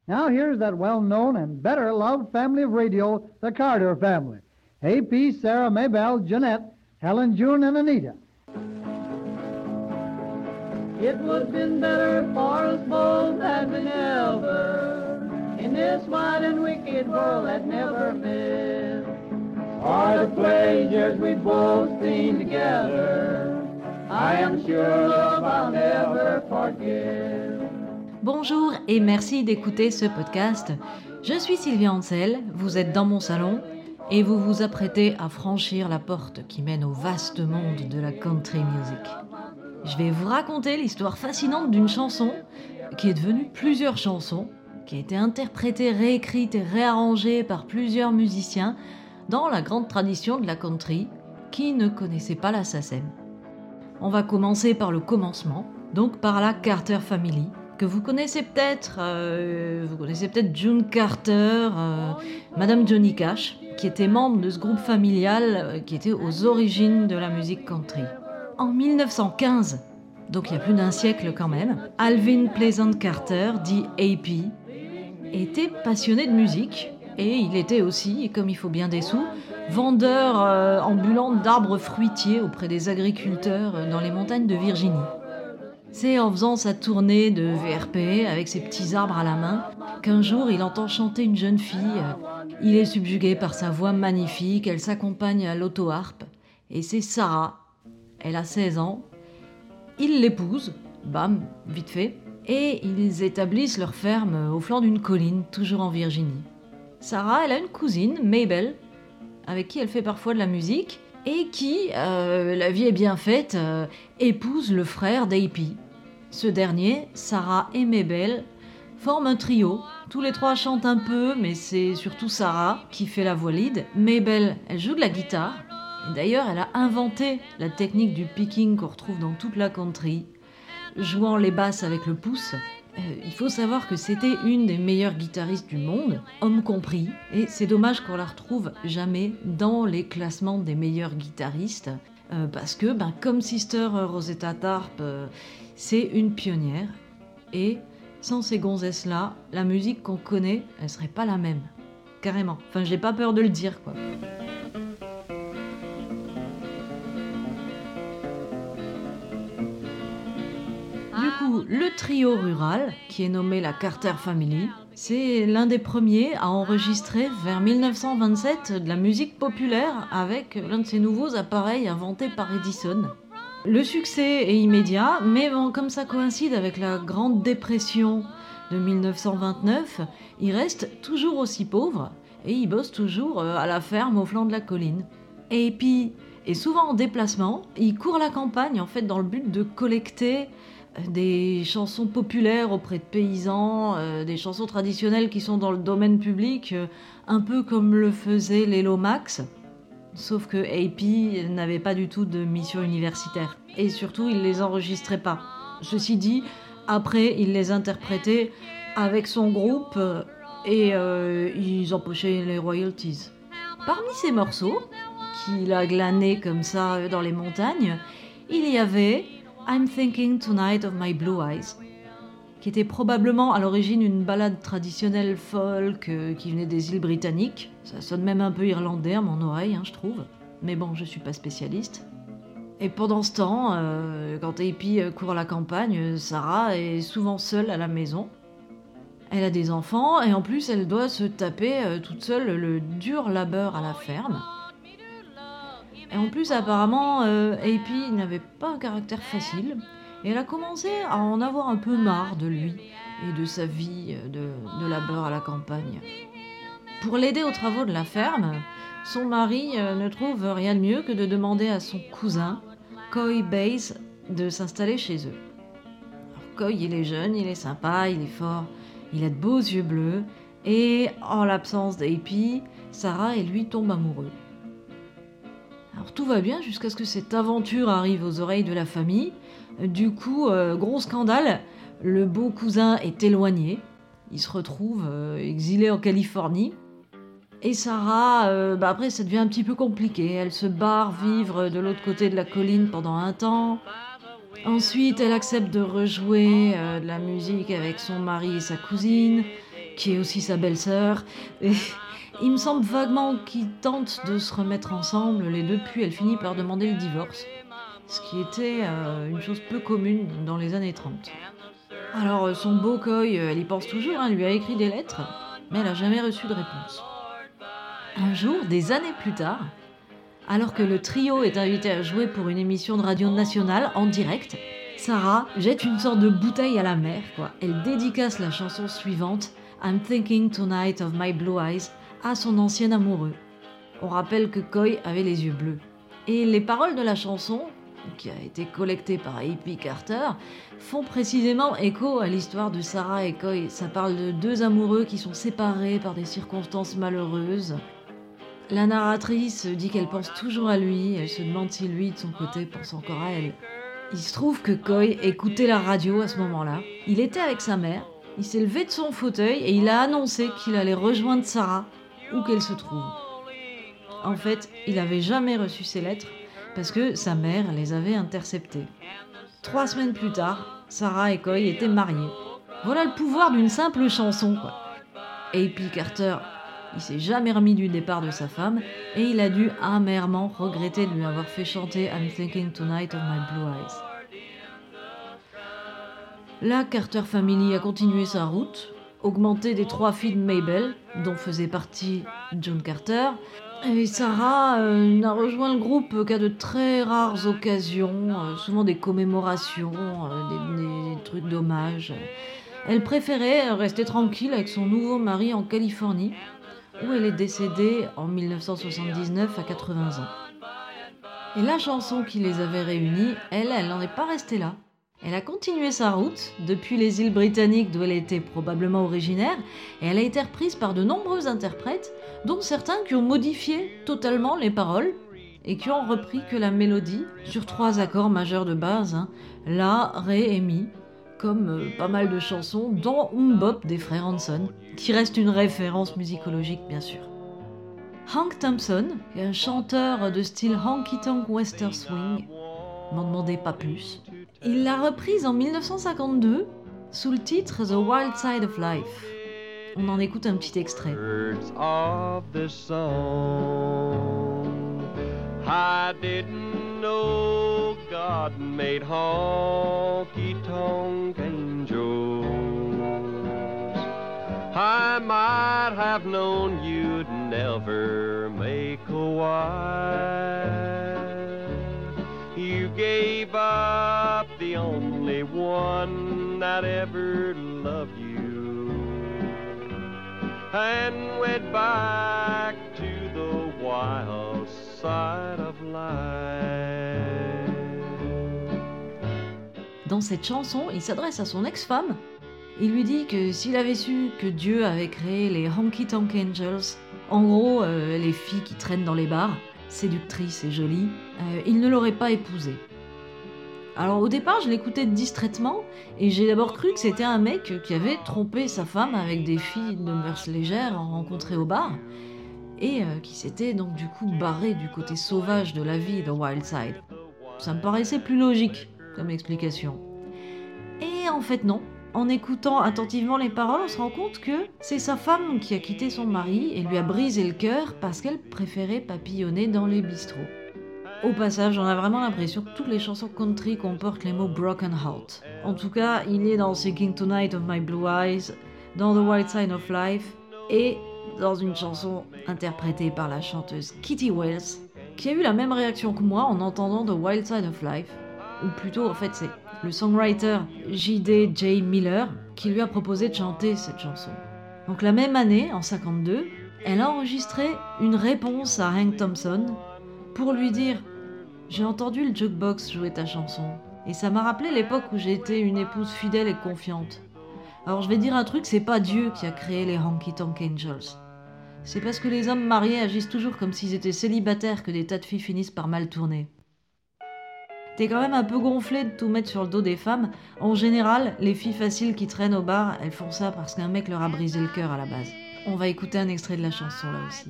Now here's that well-known and better-loved family of radio, the Carter family. A.P., Sarah, Maybelle, Jeanette, Helen, June, and Anita. It would have been better for us both had we never, in this wide and wicked world that never met, for the pleasures we both seen together, I am sure love I'll never forget. Bonjour et merci d'écouter ce podcast. Je suis Sylvia Ansel, vous êtes dans mon salon et vous vous apprêtez à franchir la porte qui mène au vaste monde de la country music. Je vais vous raconter l'histoire fascinante d'une chanson qui est devenue plusieurs chansons, qui a été interprétée, réécrite et réarrangée par plusieurs musiciens dans la grande tradition de la country qui ne connaissait pas la SACEM. On va commencer par le commencement, donc par la Carter Family, que vous connaissez peut-être June Carter, Madame Johnny Cash, qui était membre de ce groupe familial qui était aux origines de la musique country. En 1915, donc il y a plus d'un siècle quand même, Alvin Pleasant Carter, dit AP, était passionné de musique et il était aussi, comme il faut bien des sous, vendeur ambulant d'arbres fruitiers auprès des agriculteurs dans les montagnes de Virginie. C'est en faisant sa tournée de VRP avec ses petits arbres à la main qu'un jour il entend chanter une jeune fille. Il est subjugué par sa voix magnifique, elle s'accompagne à l'auto-harpe et c'est Sarah. Elle a 16 ans. Il l'épouse, bam, vite fait, et ils établissent leur ferme au flanc d'une colline, toujours en Virginie. Sarah, elle a une cousine, Maybelle, avec qui elle fait parfois de la musique, et qui, la vie est bien faite, épouse le frère d'A.P. Ce dernier, Sarah et Maybelle, forment un trio. Tous les trois chantent un peu, mais c'est surtout Sarah qui fait la voix lead. Maybelle, elle joue de la guitare. Et d'ailleurs, elle a inventé la technique du picking qu'on retrouve dans toute la country, jouant les basses avec le pouce. Il faut savoir que c'était une des meilleures guitaristes du monde, homme compris, et c'est dommage qu'on la retrouve jamais dans les classements des meilleurs guitaristes, parce que, comme Sister Rosetta Tharpe, c'est une pionnière, et sans ces gonzesses-là, la musique qu'on connaît, elle serait pas la même, carrément. Enfin, j'ai pas peur de le dire, quoi. Le trio rural, qui est nommé la Carter Family, c'est l'un des premiers à enregistrer vers 1927 de la musique populaire avec l'un de ces nouveaux appareils inventés par Edison. Le succès est immédiat, mais comme ça coïncide avec la Grande Dépression de 1929, ils restent toujours aussi pauvres et ils bossent toujours à la ferme au flanc de la colline. Et puis, est souvent en déplacement, ils courent la campagne en fait dans le but de collecter des chansons populaires auprès de paysans, des chansons traditionnelles qui sont dans le domaine public, un peu comme le faisait Lelo Max, sauf que A.P. n'avait pas du tout de mission universitaire. Et surtout, il les enregistrait pas. Ceci dit, après, il les interprétait avec son groupe et ils empochaient les royalties. Parmi ces morceaux, qu'il a glanés comme ça dans les montagnes, il y avait I'm Thinking Tonight of My Blue Eyes, qui était probablement à l'origine une ballade traditionnelle folk qui venait des îles britanniques. Ça sonne même un peu irlandais à mon oreille, je trouve. Mais bon, je suis pas spécialiste. Et pendant ce temps, quand A.P. court la campagne, Sarah est souvent seule à la maison. Elle a des enfants et en plus elle doit se taper toute seule le dur labeur à la ferme. Et en plus, apparemment, A.P. n'avait pas un caractère facile. Et elle a commencé à en avoir un peu marre de lui et de sa vie de labeur à la campagne. Pour l'aider aux travaux de la ferme, son mari ne trouve rien de mieux que de demander à son cousin, Coy Bays, de s'installer chez eux. Alors, Coy, il est jeune, il est sympa, il est fort, il a de beaux yeux bleus. Et en l'absence d'A.P., Sarah et lui tombent amoureux. Alors tout va bien jusqu'à ce que cette aventure arrive aux oreilles de la famille. Du coup, gros scandale, le beau cousin est éloigné. Il se retrouve exilé en Californie. Et Sarah, après ça devient un petit peu compliqué. Elle se barre vivre de l'autre côté de la colline pendant un temps. Ensuite, elle accepte de rejouer de la musique avec son mari et sa cousine. qui est aussi sa belle-sœur. Et il me semble vaguement qu'ils tentent de se remettre ensemble, les deux, puis elle finit par demander le divorce. Ce qui était une chose peu commune dans les années 30. Alors son beau Coy, elle y pense toujours, elle lui a écrit des lettres, mais elle n'a jamais reçu de réponse. Un jour, des années plus tard, alors que le trio est invité à jouer pour une émission de radio nationale en direct, Sarah jette une sorte de bouteille à la mer, quoi. Elle dédicace la chanson suivante, I'm Thinking Tonight of My Blue Eyes, à son ancien amoureux. On rappelle que Coy avait les yeux bleus. Et les paroles de la chanson, qui a été collectée par A.P. Carter, font précisément écho à l'histoire de Sarah et Coy. Ça parle de deux amoureux qui sont séparés par des circonstances malheureuses. La narratrice dit qu'elle pense toujours à lui, elle se demande si lui, de son côté, pense encore à elle. Il se trouve que Coy écoutait la radio à ce moment-là. Il était avec sa mère, il s'est levé de son fauteuil et il a annoncé qu'il allait rejoindre Sarah, où qu'elle se trouve. En fait, il n'avait jamais reçu ses lettres, parce que sa mère les avait interceptées. 3 semaines plus tard, Sarah et Coy étaient mariés. Voilà le pouvoir d'une simple chanson, quoi. A.P. Carter, il s'est jamais remis du départ de sa femme et il a dû amèrement regretter de lui avoir fait chanter I'm Thinking Tonight of My Blue Eyes. La Carter Family a continué sa route, augmentée des 3 filles de Mabel, dont faisait partie John Carter. Et Sarah n'a rejoint le groupe qu'à de très rares occasions, souvent des commémorations, des trucs d'hommage. Elle préférait rester tranquille avec son nouveau mari en Californie, où elle est décédée en 1979 à 80 ans. Et la chanson qui les avait réunis, elle n'en est pas restée là. Elle a continué sa route depuis les îles britanniques d'où elle était probablement originaire, et elle a été reprise par de nombreux interprètes, dont certains qui ont modifié totalement les paroles et qui ont repris que la mélodie sur 3 accords majeurs de base, La, Ré et Mi, comme pas mal de chansons, dont Mbop des frères Hanson, qui reste une référence musicologique bien sûr. Hank Thompson, qui est un chanteur de style honky-tonk western swing, m'en demandez pas plus. Il l'a reprise en 1952 sous le titre The Wild Side of Life. On en écoute un petit extrait. I didn't know God made honky-tonk angels. I might have known you'd never make a wife. You gave up the only one that ever loved you and went back to the wild side of life. Dans cette chanson, il s'adresse à son ex-femme. Il lui dit que s'il avait su que Dieu avait créé les Honky Tonk Angels, en gros les filles qui traînent dans les bars, séductrices et jolies, il ne l'aurait pas épousée. Alors au départ, je l'écoutais distraitement et j'ai d'abord cru que c'était un mec qui avait trompé sa femme avec des filles de mœurs légères rencontrées au bar et qui s'était donc du coup barré du côté sauvage de la vie de Wild Side. Ça me paraissait plus logique comme explication. Et en fait non. En écoutant attentivement les paroles, on se rend compte que c'est sa femme qui a quitté son mari et lui a brisé le cœur parce qu'elle préférait papillonner dans les bistrots. Au passage, on a vraiment l'impression que toutes les chansons country comportent les mots broken heart. En tout cas, il est dans Thinking Tonight of My Blue Eyes, dans The Wild Side of Life et dans une chanson interprétée par la chanteuse Kitty Wells, qui a eu la même réaction que moi en entendant The Wild Side of Life, ou plutôt en fait c'est le songwriter J.D. Miller qui lui a proposé de chanter cette chanson. Donc la même année, en 52, elle a enregistré une réponse à Hank Thompson pour lui dire « J'ai entendu le jukebox jouer ta chanson et ça m'a rappelé l'époque où j'ai été une épouse fidèle et confiante. Alors je vais dire un truc, c'est pas Dieu qui a créé les Honky Tonk Angels. C'est parce que les hommes mariés agissent toujours comme s'ils étaient célibataires que des tas de filles finissent par mal tourner. » T'es quand même un peu gonflé de tout mettre sur le dos des femmes. En général, les filles faciles qui traînent au bar, elles font ça parce qu'un mec leur a brisé le cœur à la base. On va écouter un extrait de la chanson là aussi.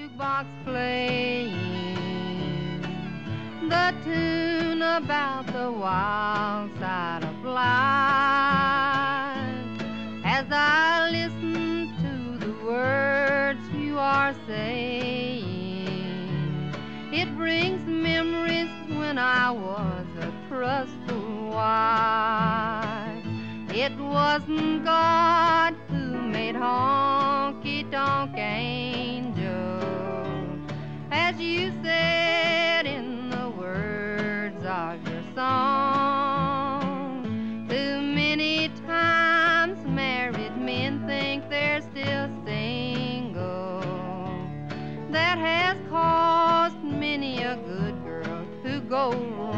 The tune about the wild side of life. As I listen are saying. It brings memories when I was a trustful wife. It wasn't God who made honky-tonk angels, as you said in the words of your song. Too many times married men think they're still single. That has caused many a good girl to go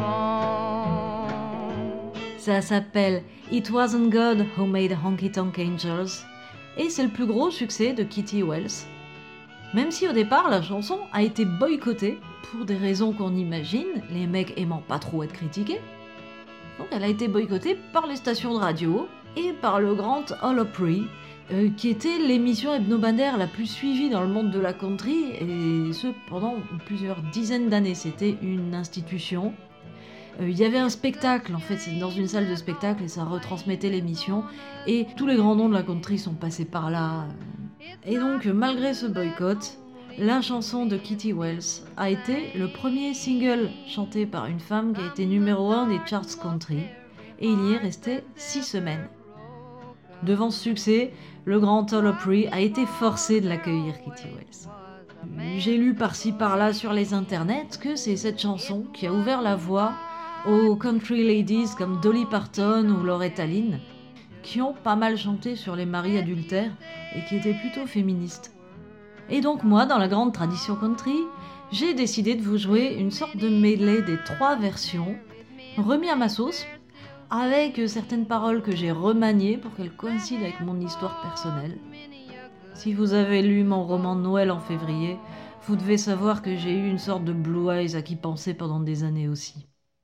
wrong. Ça s'appelle It Wasn't God Who Made Honky Tonk Angels et c'est le plus gros succès de Kitty Wells. Même si au départ la chanson a été boycottée pour des raisons qu'on imagine, les mecs aimant pas trop être critiqués. Donc elle a été boycottée par les stations de radio et par le Grand Ole Opry, qui était l'émission hebdomadaire la plus suivie dans le monde de la country, et ce pendant plusieurs dizaines d'années. C'était une institution. Il y avait un spectacle, en fait, c'est dans une salle de spectacle et ça retransmettait l'émission, et tous les grands noms de la country sont passés par là. Et donc, malgré ce boycott, la chanson de Kitty Wells a été le premier single chanté par une femme qui a été numéro 1 des charts country, et il y est resté 6 semaines. Devant ce succès, le Grand Ole Opry a été forcé de l'accueillir, Kitty Wells. J'ai lu par-ci par-là sur les internets que c'est cette chanson qui a ouvert la voie aux country ladies comme Dolly Parton ou Loretta Lynn, qui ont pas mal chanté sur les maris adultères et qui étaient plutôt féministes. Et donc moi, dans la grande tradition country, j'ai décidé de vous jouer une sorte de medley des 3 versions, remis à ma sauce, avec certaines paroles que j'ai remaniées pour qu'elles coïncident avec mon histoire personnelle. Si vous avez lu mon roman de Noël en février, vous devez savoir que j'ai eu une sorte de blue eyes à qui penser pendant des années aussi.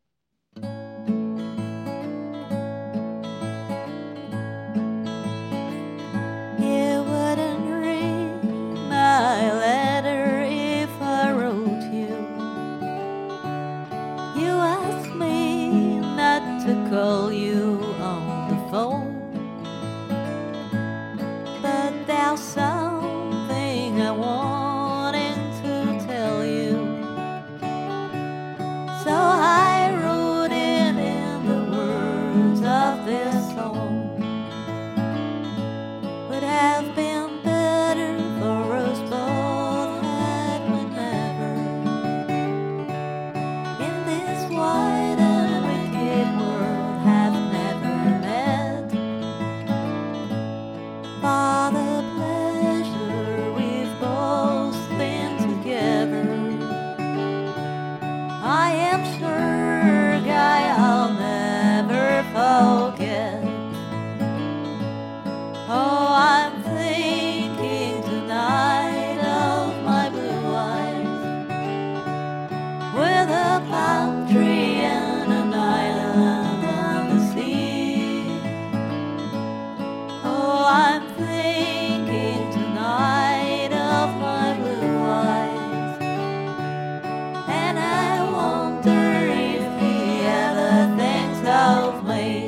Call you on the phone, but there's something I wanted to tell you, so I wrote it in the words of this song. Would have been better for us both had we never, in this wide and wicked world, have never met. For the pleasure we've both been together, I am sure, Guy, I'll never forget. Oh, I'm thinking tonight of my blue eyes, with a palm tree and an island. I'm thinking tonight of my blue eyes, and I wonder if he ever thinks of me.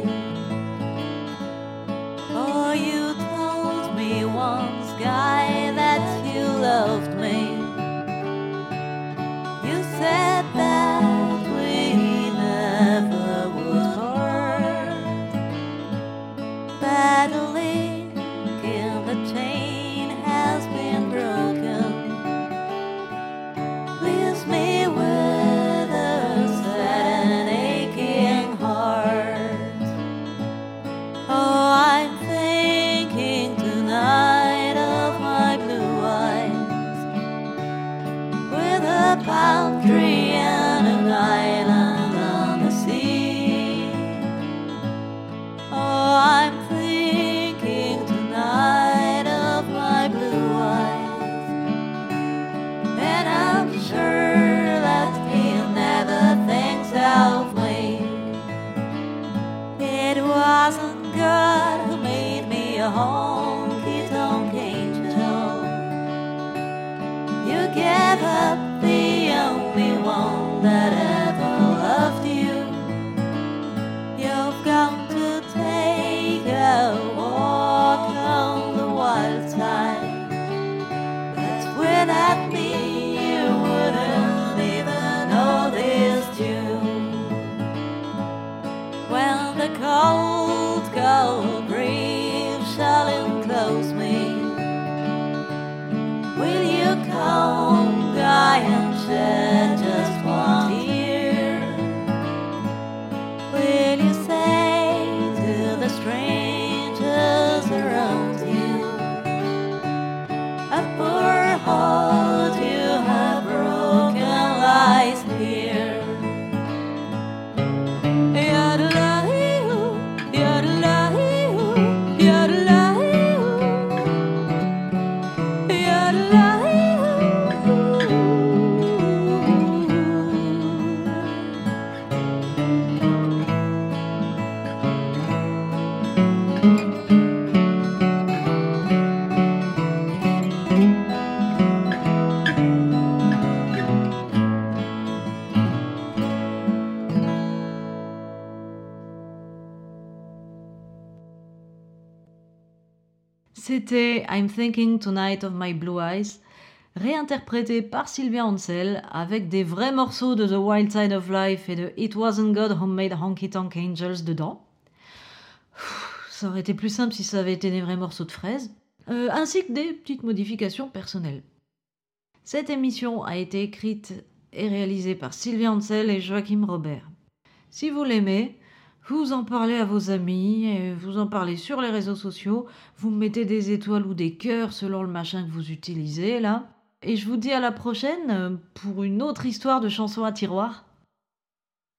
Oh, you told me once, Guy, that you loved me. You said that we never would part. Battling the chain has been broken, leaves me with a sad and aching heart. Oh, I'm thinking tonight of my blue eyes, with a palm tree and an island on the sea. Oh, I'm thinking tonight of my blue eyes, and I'm sure that he never thinks of me. It wasn't God who made me a honky-tonk angel. You gave up the only one that ever loved you. You've got to take a walk on the wild side. That's when C'était I'm Thinking Tonight of My Blue Eyes, réinterprété par Sylvia Ansel avec des vrais morceaux de The Wild Side of Life et de It Wasn't God Who Made Honky Tonk Angels dedans. Ça aurait été plus simple si ça avait été des vrais morceaux de fraises, ainsi que des petites modifications personnelles. Cette émission a été écrite et réalisée par Sylvia Ansel et Joachim Robert. Si vous l'aimez, vous en parlez à vos amis, et vous en parlez sur les réseaux sociaux, vous mettez des étoiles ou des cœurs selon le machin que vous utilisez là. Et je vous dis à la prochaine pour une autre histoire de chansons à tiroir.